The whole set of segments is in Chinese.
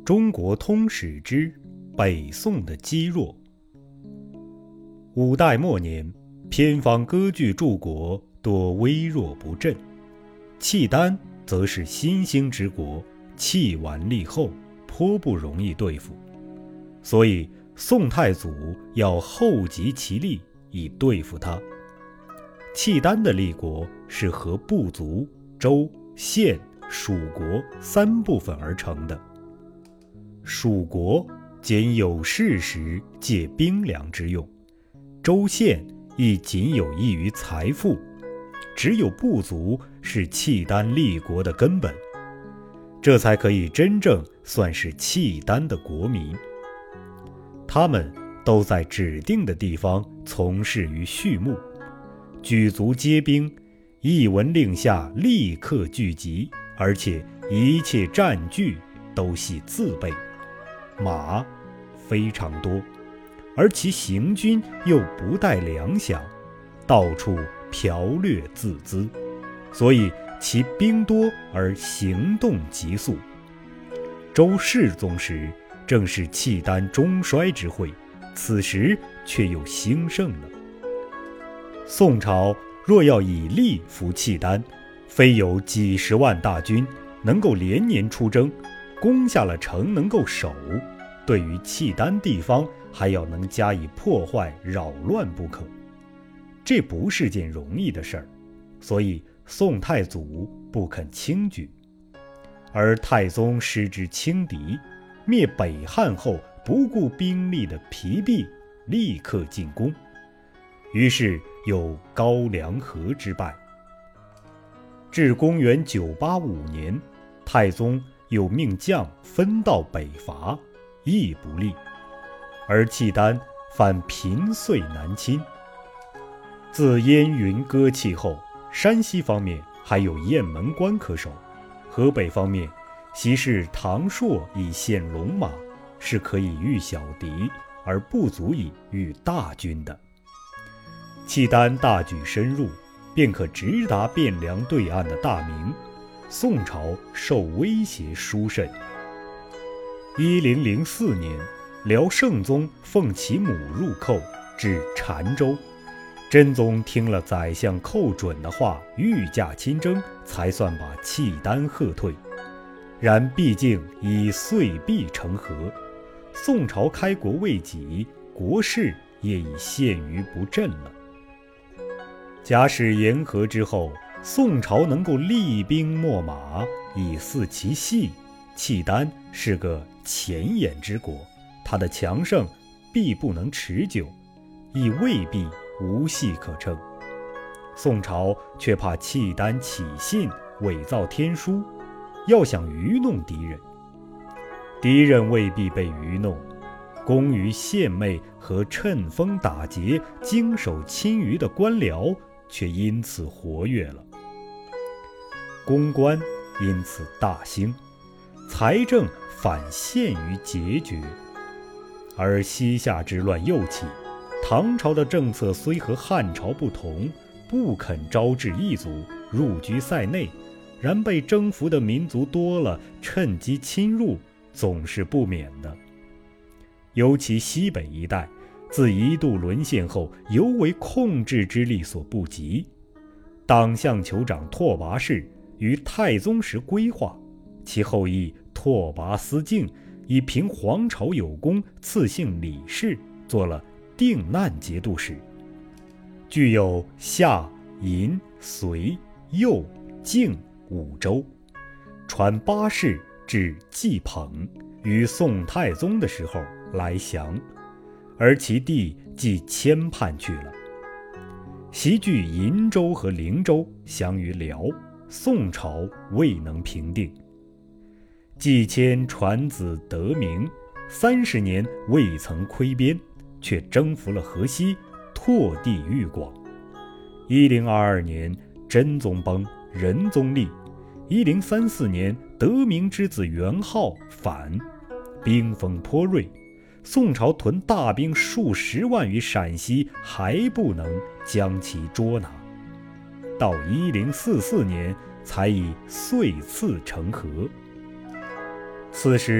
中国通史之北宋的积弱。五代末年，偏方割据诸国多微弱不振，契丹则是新兴之国，气顽力厚，颇不容易对付。所以宋太祖要厚集其力以对付他。契丹的立国是和部族、州、县、属国三部分而成的。属国仅有事时借兵粮之用，州县亦仅有益于财富，只有部族是契丹立国的根本，这才可以真正算是契丹的国民。他们都在指定的地方从事于畜牧，举足皆兵，一闻令下立刻聚集，而且一切战具都系自备，马非常多，而其行军又不带粮饷，到处剽掠自资，所以其兵多而行动急速。周世宗时正是契丹中衰之会，此时却又兴盛了。宋朝若要以力服契丹，非有几十万大军能够连年出征，攻下了城能够守，对于契丹地方还要能加以破坏扰乱不可。这不是件容易的事儿，所以宋太祖不肯轻举。而太宗失之轻敌，灭北汉后不顾兵力的疲弊，立刻进攻，于是有高梁河之败。至公元985年，太宗又命将分道北伐，亦不利，而契丹反频遂南侵。自燕云割契后，山西方面还有雁门关可守，河北方面昔是唐朔以献龙马，是可以御小敌，而不足以御大军的。契丹大举深入，便可直达汴梁对岸的大明，宋朝受威胁殊甚。1004年，辽圣宗奉其母入寇，至澶州。真宗听了宰相寇准的话，御驾亲征，才算把契丹喝退。然毕竟已岁毕成河，宋朝开国未几，国势也已陷于不振了。假使言和之后，宋朝能够厉兵秣马，以饲其细，契丹是个前沿之国，它的强盛必不能持久，亦未必无戏可乘。宋朝却怕契丹起信伪造天书，要想愚弄敌人。敌人未必被愚弄，工于献媚和趁风打劫、经手侵余的官僚却因此活跃了，公关因此大兴，财政反陷于拮据。而西夏之乱又起，唐朝的政策虽和汉朝不同，不肯招致异族入居塞内，然被征服的民族多了，趁机侵入总是不免的。尤其西北一带，自一度沦陷后，尤为控制之力所不及。党项酋长拓跋氏于太宗时规划，其后裔拓跋思敬以平黄巢有功，赐姓李氏，做了定难节度使，具有夏、银、隋、右、晋5州，传八世至季捧，于宋太宗的时候来降，而其地即迁叛去了。袭据银州和灵州，降于辽，宋朝未能平定。季迁传子得名，30年未曾窥边，却征服了河西，拓地域广。1022年，真宗崩，仁宗立。1034年，得名之子元昊反，兵锋颇锐，宋朝屯大兵数十万于陕西，还不能将其捉拿。到1044年才以岁次成和。此时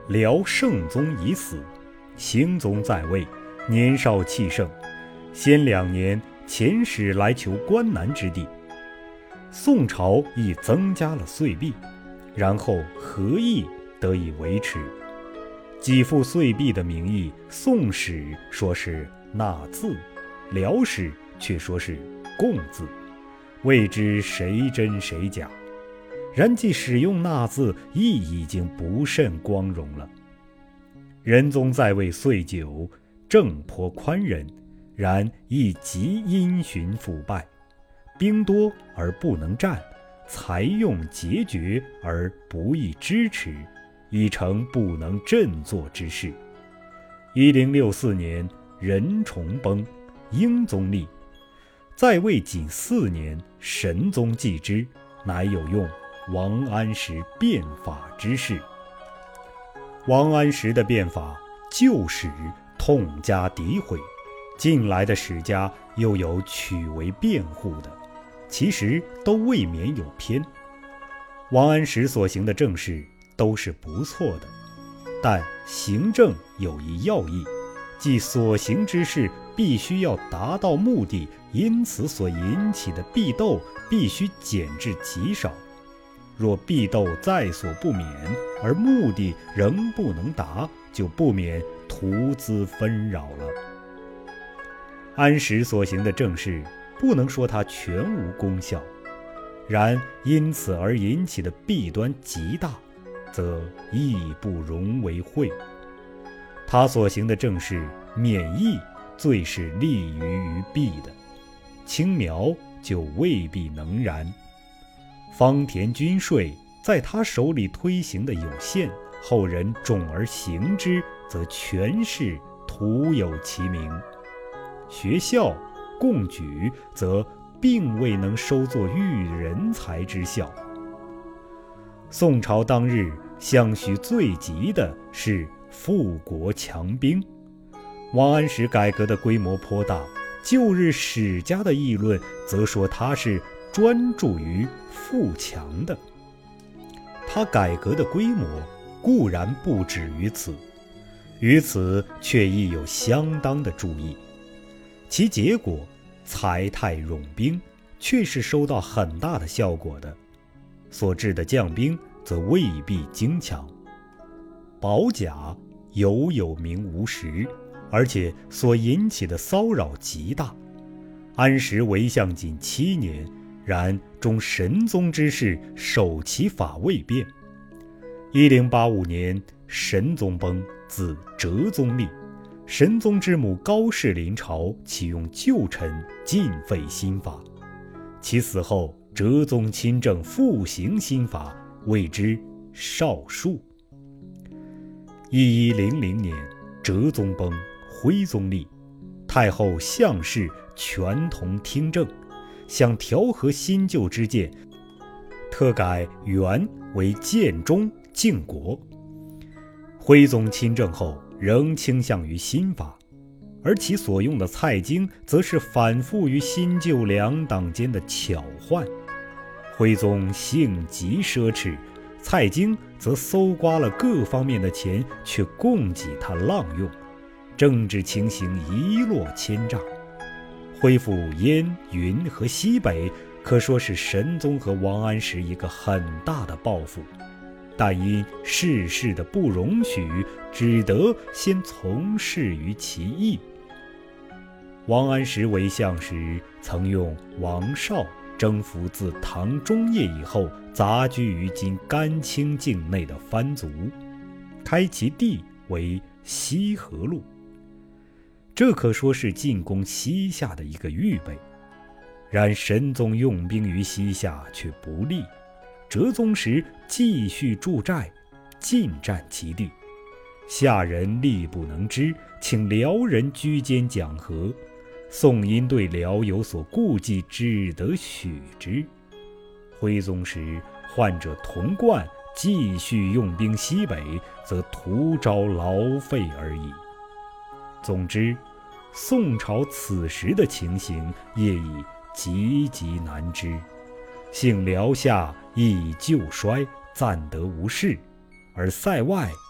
辽圣宗已死，行宗在位，年少气盛，先2年遣使来求关南之地。宋朝亦增加了岁币，然后和议得以维持。给付岁币的名义，宋史说是纳字，辽史却说是贡字，未知谁真谁假。然既使用纳字，亦已经不甚光荣了。仁宗在位岁久，政颇宽仁，然亦极因循腐败，兵多而不能战，财用拮据而不易支持，已成不能振作之势。1064年，仁崇崩，英宗立，在位仅4年，神宗继之，乃有用王安石变法之事。王安石的变法，旧史痛加诋毁，近来的史家又有取为辩护的，其实都未免有偏。王安石所行的政事都是不错的，但行政有一要义，即所行之事必须要达到目的，因此所引起的弊斗必须减至极少。若弊斗在所不免，而目的仍不能达，就不免徒滋纷扰了。安石所行的政事，不能说他全无功效，然因此而引起的弊端极大，则亦不容为讳。他所行的政事，免疫最是利于弊的，轻描就未必能然。方田均税在他手里推行的有限，后人重而行之，则全是徒有其名。学校贡举则并未能收作育人才之效。宋朝当日相许最急的是富国强兵。王安石改革的规模颇大，旧日史家的议论则说他是专注于富强的。他改革的规模固然不止于此，于此却亦有相当的注意。其结果，财泰冗兵却是收到很大的效果的，所制的将兵则未必精强。保甲有名无实，而且所引起的骚扰极大。安石为相仅7年，然终神宗之事，守其法未变。1085年，神宗崩，自哲宗立。神宗之母高氏临朝，启用旧臣，尽废新法。其死后，哲宗亲政，复行新法，谓之少数。1100年，哲宗崩，徽宗立。太后向氏全同听政，想调和新旧之见，特改元为建中靖国。徽宗亲政后，仍倾向于新法，而其所用的蔡京则是反复于新旧两党间的巧换。徽宗性极奢侈，蔡京则搜刮了各方面的钱，却供给他浪用，政治情形一落千丈。恢复燕、云和西北，可说是神宗和王安石一个很大的抱负，但因世事的不容许，只得先从事于其意。王安石为相时，曾用王绍征服自唐中叶以后杂居于今甘青境内的番族，开其地为西河路，这可说是进攻西夏的一个预备。然神宗用兵于西夏却不利，哲宗时继续驻寨，进占其地，夏人力不能支，请辽人居间讲和。宋因对辽有所顾忌，只得许之。徽宗时，患者童贯继续用兵西北，则徒招劳费而已。总之，宋朝此时的情形业已极其难知。幸辽夏亦旧衰，暂得无事，而塞外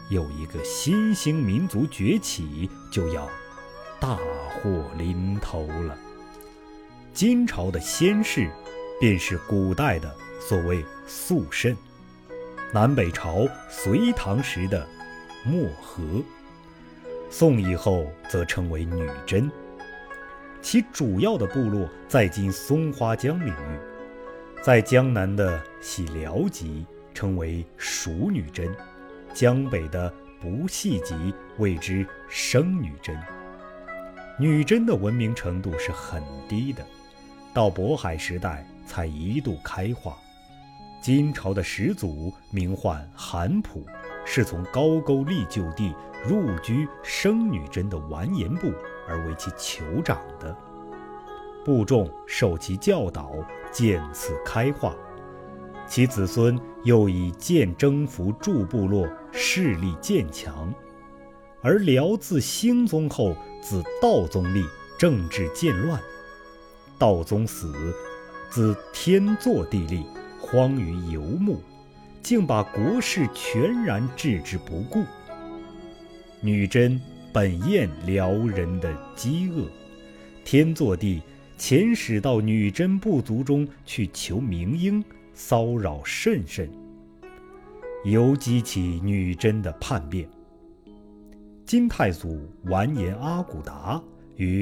有一个新兴民族崛起，就要大祸临头了。金朝的先世便是古代的所谓肃慎，南北朝隋唐时的漠河，宋以后则称为女真。其主要的部落在今松花江领域，在江南的喜辽籍称为蜀女真，江北的不系籍谓之生女真。女真的文明程度是很低的，到渤海时代才一度开化。金朝的始祖名唤韩普，是从高句丽就地入居生女真的完颜部而为其酋长的。部众受其教导，渐次开化，其子孙又以渐征服诸部落，势力渐强。而辽自兴宗后，自道宗立，政治渐乱。道宗死，自天祚帝立，荒于游牧，竟把国事全然置之不顾。女真本厌辽人的饥饿，天祚帝遣使到女真部族中去求明英，骚扰甚甚，尤激起女真的叛变。金太祖完颜阿骨达于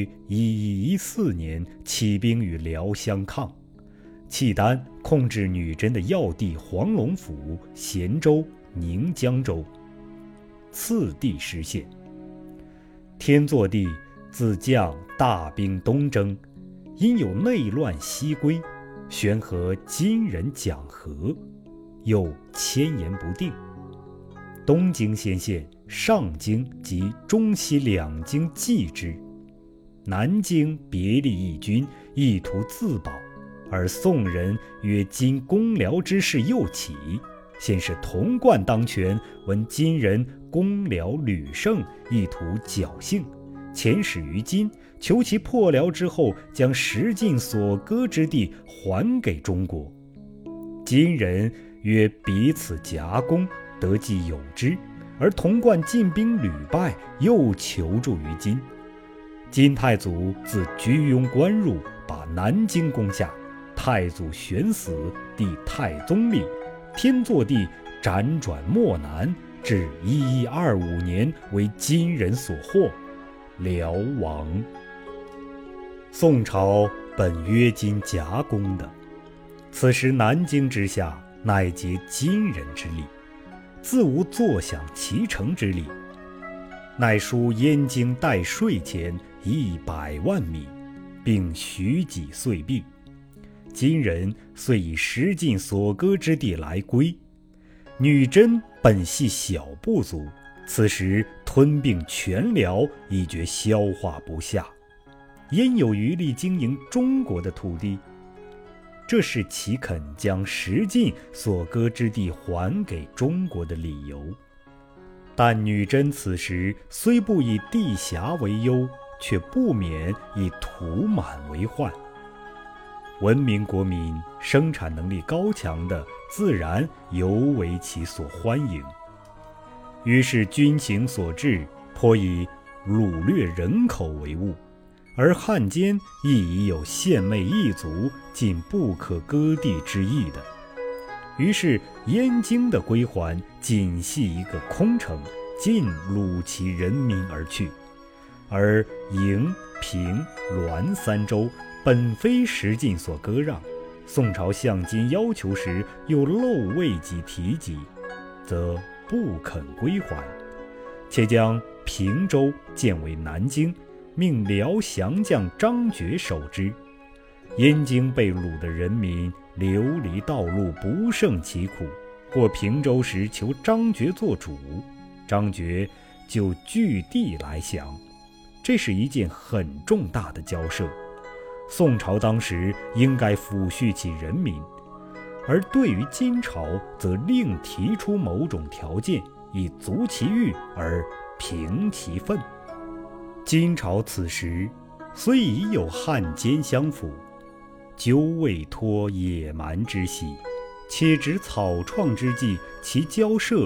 1114年起兵与辽相抗，契丹控制女真的要地黄龙府、咸州、宁江州，次第失陷。天祚帝自将大兵东征，因有内乱西归，旋和金人讲和，又迁延不定。东京先县、上京及中西两京忌之，南京别立义军，意图自保。而宋人曰今公辽之势又起，先是童贯当权，闻金人公辽屡胜，意图侥幸，遣使于金，求其破辽之后，将食尽所割之地还给中国。金人曰彼此夹攻，得计有之，而童贯进兵屡败，又求助于金。金太祖自居庸关入，把南京攻下，太祖悬死，帝太宗立，天祚帝辗转漠南，至1125年为金人所获，辽亡。宋朝本约金夹攻的，此时南京之下，乃竭金人之力，自无坐享其成之力，乃输燕京代税钱100万米，并许己岁币。金人遂以食尽所割之地来归。女真本系小部族，此时吞并全辽，已觉消化不下，焉有余力经营中国的土地？这是其肯将食尽所割之地还给中国的理由。但女真此时虽不以地狭为忧，却不免以土满为患。文明国民、生产能力高强的，自然尤为其所欢迎。于是军情所致，颇以掳掠人口为务，而汉奸亦已有献媚异族，尽不可割地之意的。于是燕京的归还仅系一个空城，尽掳其人民而去。而营、平、滦三州本非食尽所割让，宋朝向金要求时又漏未及提及，则不肯归还，且将平州建为南京，命辽降将张觉守之。燕京被掳的人民流离道路，不胜其苦，过平州时求张觉做主，张觉就据地来降。这是一件很重大的交涉，宋朝当时应该抚恤其人民，而对于金朝则另提出某种条件，以足其欲而平其愤。金朝此时虽已有汉奸相辅，究未脱野蛮之息，且值草创之际，其交涉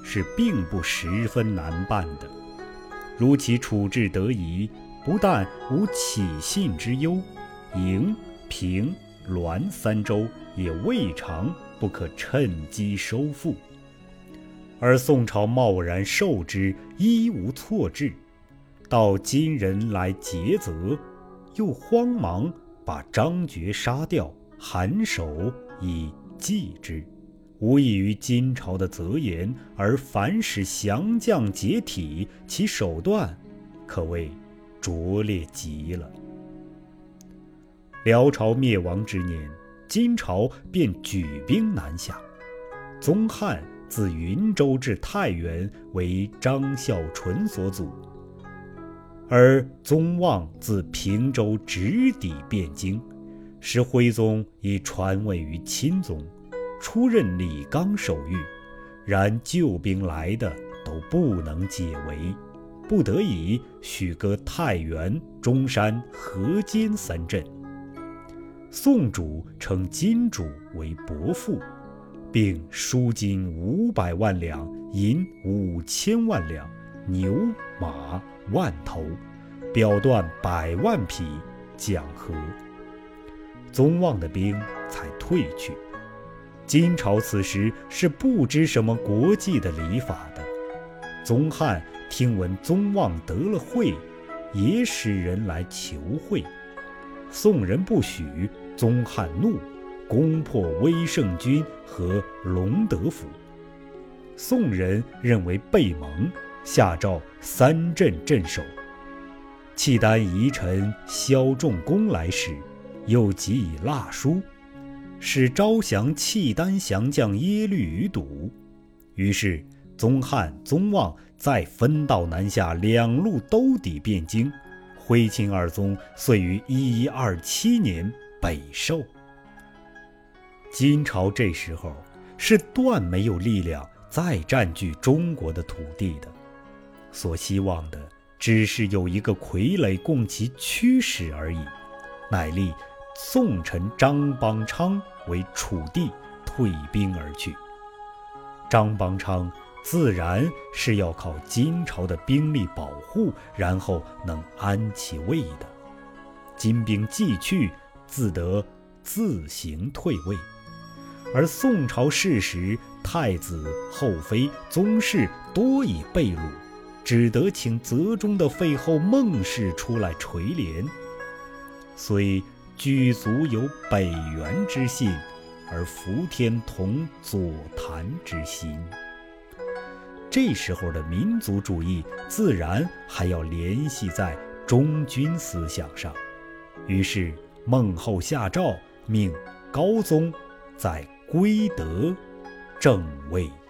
是并不十分难办的。如其处置得宜，不但无起信之忧，营、平、滦三州也未尝不可趁机收复。而宋朝贸然受之，一无错置，到今人来诘责，又慌忙把张觉杀掉，韩首以继之，无异于金朝的责言，而反使降将解体，其手段可谓拙劣极了。辽朝灭亡之年，金朝便举兵南下。宗翰自云州至太原为张孝纯所阻，而宗望自平州直抵汴京，使徽宗以传位于钦宗，出任李纲守御。然救兵来的都不能解围，不得已许割太原、中山、河间三镇。宋主称金主为伯父，并输金500万两，银5000万两，牛马万头，表断100万匹，讲和。宗望的兵才退去。金朝此时是不知什么国际的礼法的。宗翰听闻宗望得了会，也使人来求会。宋人不许，宗翰怒，攻破威胜军和隆德府。宋人认为背盟，下诏3镇镇守。契丹遗臣萧仲功来使，又给以蜡书，使招降契丹降将耶律余堵。于是宗翰、宗望再分道南下，两路都抵汴京。徽钦二宗遂于1127年北狩。金朝这时候是断没有力量再占据中国的土地的，所希望的只是有一个傀儡供其驱使而已，乃立宋臣张邦昌为楚地，退兵而去。张邦昌自然是要靠金朝的兵力保护，然后能安其位的。金兵既去，自得自行退位。而宋朝世时，太子、后妃、宗室多已被掳，只得请泽中的废后孟氏出来垂怜。虽举足有北元之信，而服天同左谭之心。这时候的民族主义自然还要联系在忠君思想上，于是孟后下诏命高宗在归德正位。